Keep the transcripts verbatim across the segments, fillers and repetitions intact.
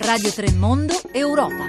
Radio tre Mondo Europa.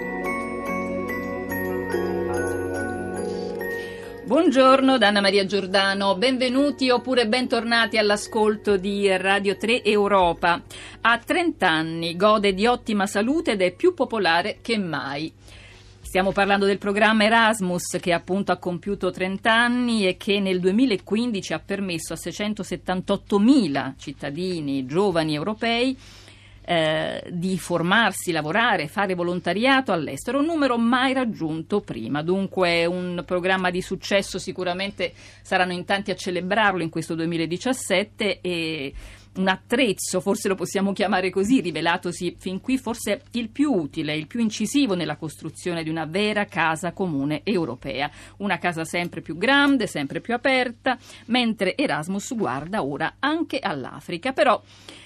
Buongiorno da Anna Maria Giordano, benvenuti oppure bentornati all'ascolto di Radio tre Europa. Ha trenta anni, gode di ottima salute ed è più popolare che mai. Stiamo parlando del programma Erasmus che appunto ha compiuto trenta anni e che nel duemilaquindici ha permesso a seicentosettantottomila cittadini giovani europei eh, di formarsi, lavorare, fare volontariato all'estero, un numero mai raggiunto prima. Dunque un programma di successo, sicuramente saranno in tanti a celebrarlo in questo duemiladiciassette, e un attrezzo, forse lo possiamo chiamare così, rivelatosi fin qui forse il più utile, il più incisivo nella costruzione di una vera casa comune europea. Una casa sempre più grande, sempre più aperta, mentre Erasmus guarda ora anche all'Africa. Però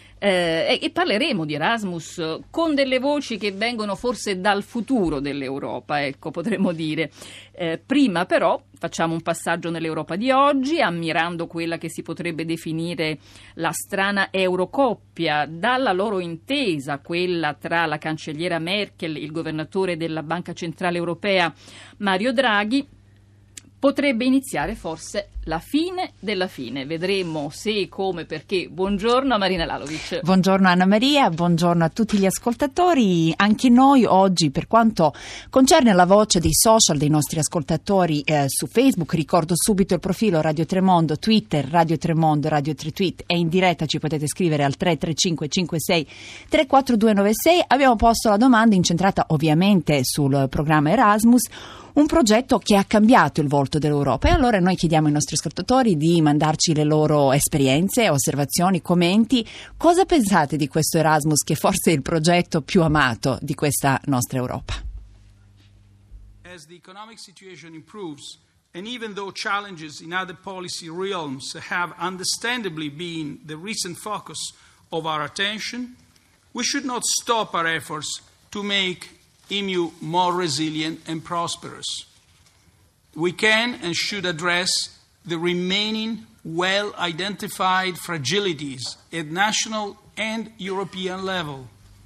Eh, e parleremo di Erasmus con delle voci che vengono forse dal futuro dell'Europa, ecco, potremmo dire. Eh, prima però facciamo un passaggio nell'Europa di oggi, ammirando quella che si potrebbe definire la strana Eurocoppia, dalla loro intesa, quella tra la cancelliera Merkel e il governatore della Banca Centrale Europea Mario Draghi. Potrebbe iniziare forse la fine della fine. Vedremo se e come, perché. Buongiorno a Marina Lalovic. Buongiorno Anna Maria, buongiorno a tutti gli ascoltatori. Anche noi oggi, per quanto concerne la voce dei social dei nostri ascoltatori eh, su Facebook, ricordo subito il profilo Radio tre Mondo, Twitter, Radio tre Mondo, Radio tre Tweet, e in diretta ci potete scrivere al tre tre cinque cinque sei tre quattro due nove sei. Abbiamo posto la domanda incentrata ovviamente sul programma Erasmus, un progetto che ha cambiato il volto dell'Europa, e allora noi chiediamo ai nostri ascoltatori di mandarci le loro esperienze, osservazioni, commenti. Cosa pensate di questo Erasmus, che forse è il progetto più amato di questa nostra Europa? As the economic situation improves, and even though challenges in other policy realms have understandably been the recent focus of our attention, we should not stop our efforts to make E M U more resilient and prosperous. We can and should address the remaining well-identified fragilities at national and European level.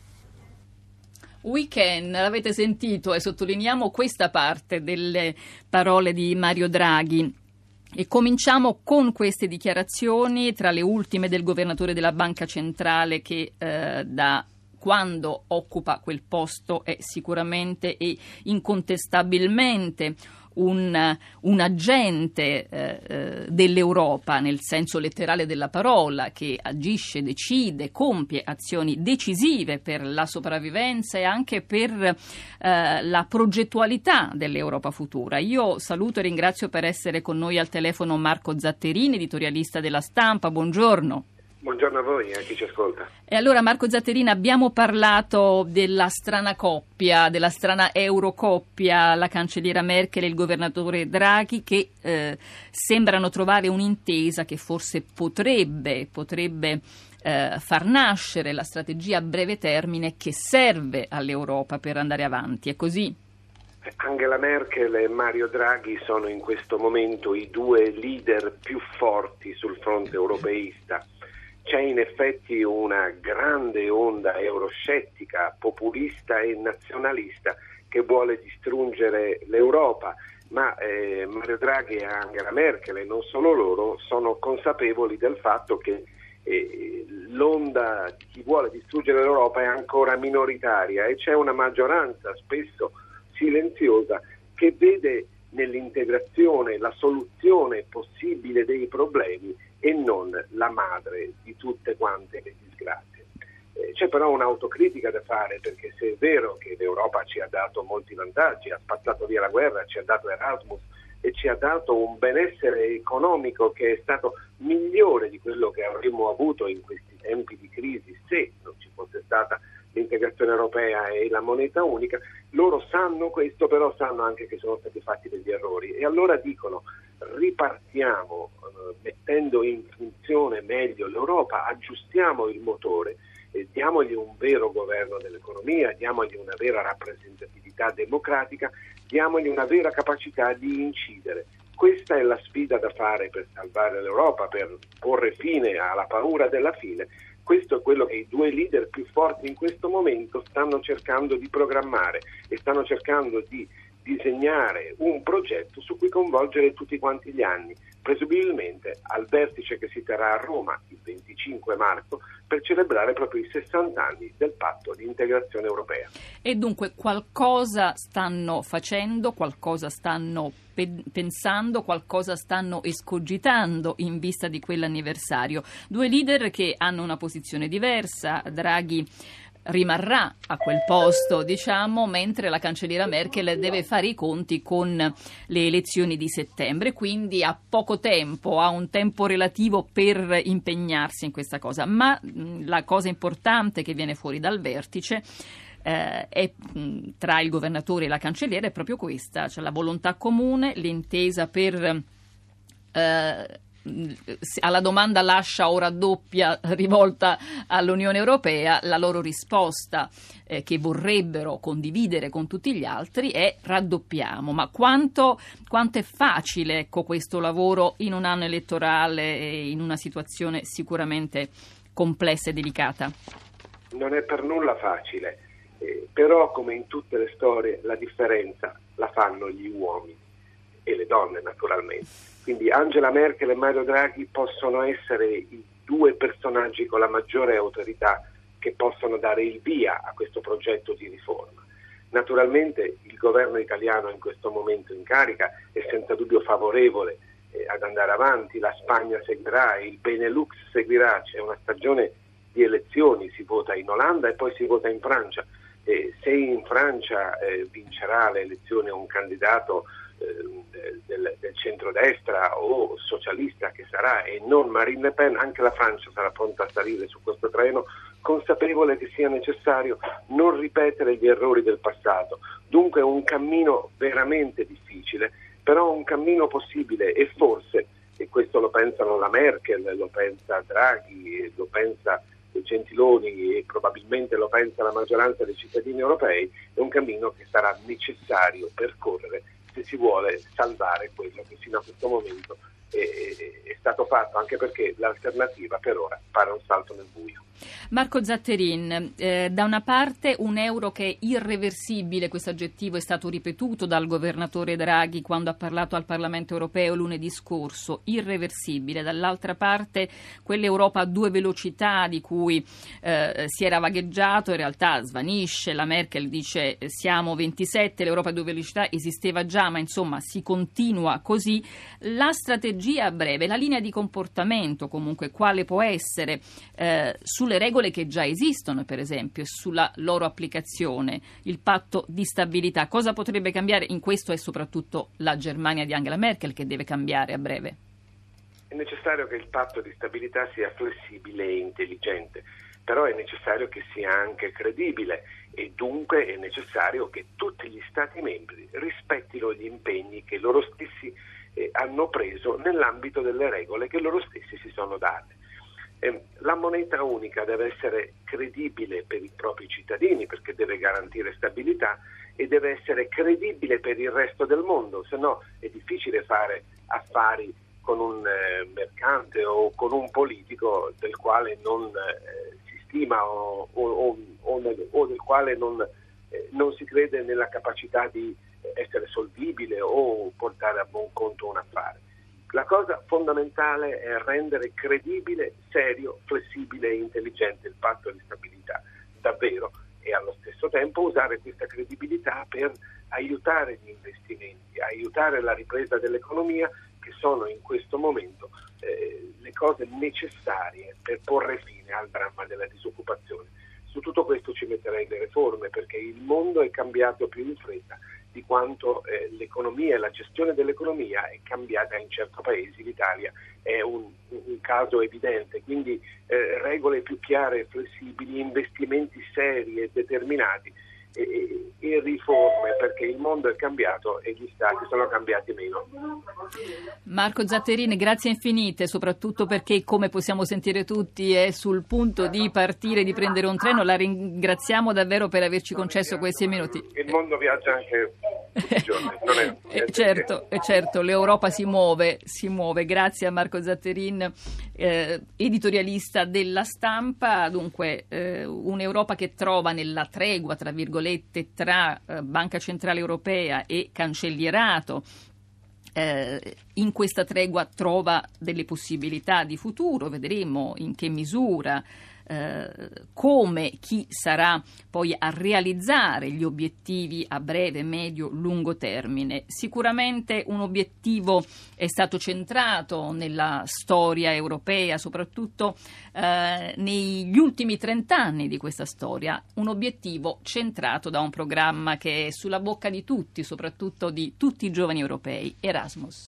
We can, l'avete sentito, e sottolineiamo questa parte delle parole di Mario Draghi. E cominciamo con queste dichiarazioni, tra le ultime del governatore della Banca Centrale, che eh, da quando occupa quel posto è sicuramente e incontestabilmente un, un agente eh, eh, dell'Europa, nel senso letterale della parola, che agisce, decide, compie azioni decisive per la sopravvivenza e anche per eh, la progettualità dell'Europa futura. Io saluto e ringrazio per essere con noi al telefono Marco Zatterini, editorialista della Stampa. Buongiorno. Buongiorno a voi e a chi ci ascolta. E allora, Marco Zatterini, abbiamo parlato della strana coppia, della strana Eurocoppia, la cancelliera Merkel e il governatore Draghi, che eh, sembrano trovare un'intesa che forse potrebbe, potrebbe eh, far nascere la strategia a breve termine che serve all'Europa per andare avanti. È così? Angela Merkel e Mario Draghi sono in questo momento i due leader più forti sul fronte europeista. C'è in effetti una grande onda euroscettica, populista e nazionalista che vuole distruggere l'Europa, ma eh, Mario Draghi e Angela Merkel, e non solo loro, sono consapevoli del fatto che eh, l'onda di chi vuole distruggere l'Europa è ancora minoritaria, e c'è una maggioranza spesso silenziosa che vede nell'integrazione la soluzione possibile dei problemi e non la madre di tutte quante le disgrazie. Eh, c'è però un'autocritica da fare, perché se è vero che l'Europa ci ha dato molti vantaggi, ha spazzato via la guerra, ci ha dato Erasmus e ci ha dato un benessere economico che è stato migliore di quello che avremmo avuto in questi tempi di crisi se non ci fosse stata l'integrazione europea e la moneta unica, loro sanno questo, però sanno anche che sono stati fatti degli errori, e allora dicono: ripartiamo eh, mettendo in funzione meglio l'Europa, aggiustiamo il motore, eh, diamogli un vero governo dell'economia, diamogli una vera rappresentatività democratica, diamogli una vera capacità di incidere. Questa è la sfida da fare per salvare l'Europa, per porre fine alla paura della fine, Questo è quello che i due leader più forti in questo momento stanno cercando di programmare e stanno cercando di disegnare un progetto su cui coinvolgere tutti quanti gli anni, presumibilmente al vertice che si terrà a Roma il venticinque marzo per celebrare proprio i sessanta anni del patto di integrazione europea. E dunque qualcosa stanno facendo, qualcosa stanno pe- pensando, qualcosa stanno escogitando in vista di quell'anniversario. Due leader che hanno una posizione diversa. Draghi rimarrà a quel posto, diciamo, mentre la cancelliera Merkel deve fare i conti con le elezioni di settembre, quindi ha poco tempo, ha un tempo relativo per impegnarsi in questa cosa. Ma mh, la cosa importante che viene fuori dal vertice eh, è mh, tra il governatore e la cancelliera è proprio questa, cioè la volontà comune, l'intesa per eh, alla domanda lascia o raddoppia rivolta all'Unione Europea, la loro risposta eh, che vorrebbero condividere con tutti gli altri è raddoppiamo. Ma quanto, quanto è facile, ecco, questo lavoro in un anno elettorale e in una situazione sicuramente complessa e delicata? Non è per nulla facile, eh, però come in tutte le storie la differenza la fanno gli uomini e le donne naturalmente. Quindi Angela Merkel e Mario Draghi possono essere i due personaggi con la maggiore autorità che possono dare il via a questo progetto di riforma. Naturalmente il governo italiano in questo momento in carica è senza dubbio favorevole eh, ad andare avanti, la Spagna seguirà, il Benelux seguirà, c'è una stagione di elezioni, si vota in Olanda e poi si vota in Francia. Eh, se in Francia eh, vincerà le elezioni un candidato Del, del centrodestra o socialista che sarà e non Marine Le Pen, anche la Francia sarà pronta a salire su questo treno, consapevole che sia necessario non ripetere gli errori del passato. Dunque è un cammino veramente difficile, però un cammino possibile e forse, e questo lo pensano la Merkel, lo pensa Draghi, lo pensa Gentiloni e probabilmente lo pensa la maggioranza dei cittadini europei, è un cammino che sarà necessario percorrere se si vuole salvare quello che fino a questo momento è, è, è stato fatto, anche perché l'alternativa per ora pare un salto nel buio. Marco Zatterin, eh, da una parte un euro che è irreversibile, questo aggettivo è stato ripetuto dal governatore Draghi quando ha parlato al Parlamento europeo lunedì scorso, irreversibile, dall'altra parte quell'Europa a due velocità di cui eh, si era vagheggiato, in realtà svanisce, la Merkel dice siamo ventisette, l'Europa a due velocità esisteva già, ma insomma si continua così. La strategia a breve, la linea di comportamento comunque, quale può essere eh, sulle regole che già esistono, per esempio, e sulla loro applicazione, il patto di stabilità, cosa potrebbe cambiare? In questo è soprattutto la Germania di Angela Merkel che deve cambiare a breve. È necessario che il patto di stabilità sia flessibile e intelligente, però è necessario che sia anche credibile e dunque è necessario che tutti gli Stati membri rispettino gli impegni che loro stessi eh, hanno preso nell'ambito delle regole che loro stessi si sono date. La moneta unica deve essere credibile per i propri cittadini perché deve garantire stabilità e deve essere credibile per il resto del mondo, se no è difficile fare affari con un eh, mercante o con un politico del quale non eh, si stima o, o, o, nel, o del quale non, eh, non si crede nella capacità di essere solvibile o portare a buon conto un affare. La cosa fondamentale è rendere credibile, serio, flessibile e intelligente il patto di stabilità, davvero, e allo stesso tempo usare questa credibilità per aiutare gli investimenti, aiutare la ripresa dell'economia, che sono in questo momento eh, le cose necessarie per porre fine al dramma della disoccupazione. Su tutto questo ci metterei le riforme, perché il mondo è cambiato più in fretta di quanto eh, l'economia e la gestione dell'economia è cambiata in certi paesi. L'Italia è un, un caso evidente, quindi eh, regole più chiare e flessibili, investimenti seri e determinati e, e riforme, perché il mondo è cambiato e gli stati sono cambiati meno. Marco Zatterin, grazie infinite, soprattutto perché, come possiamo sentire tutti, è sul punto di partire, di prendere un treno. La ringraziamo davvero per averci concesso questi minuti. Il mondo viaggia anche tutti i giorni. Non è, eh, certo, eh, certo, l'Europa si muove, si muove. Grazie a Marco Zatterin, eh, editorialista della Stampa. Dunque, eh, un'Europa che trova nella tregua, tra virgolette, tra eh, Banca Centrale Europea e Cancellierato. Eh, in questa tregua trova delle possibilità di futuro, vedremo in che misura, eh, come, chi sarà poi a realizzare gli obiettivi a breve, medio, lungo termine. Sicuramente un obiettivo è stato centrato nella storia europea, soprattutto eh, negli ultimi trent'anni di questa storia, un obiettivo centrato da un programma che è sulla bocca di tutti, soprattutto di tutti i giovani europei, Erasmus.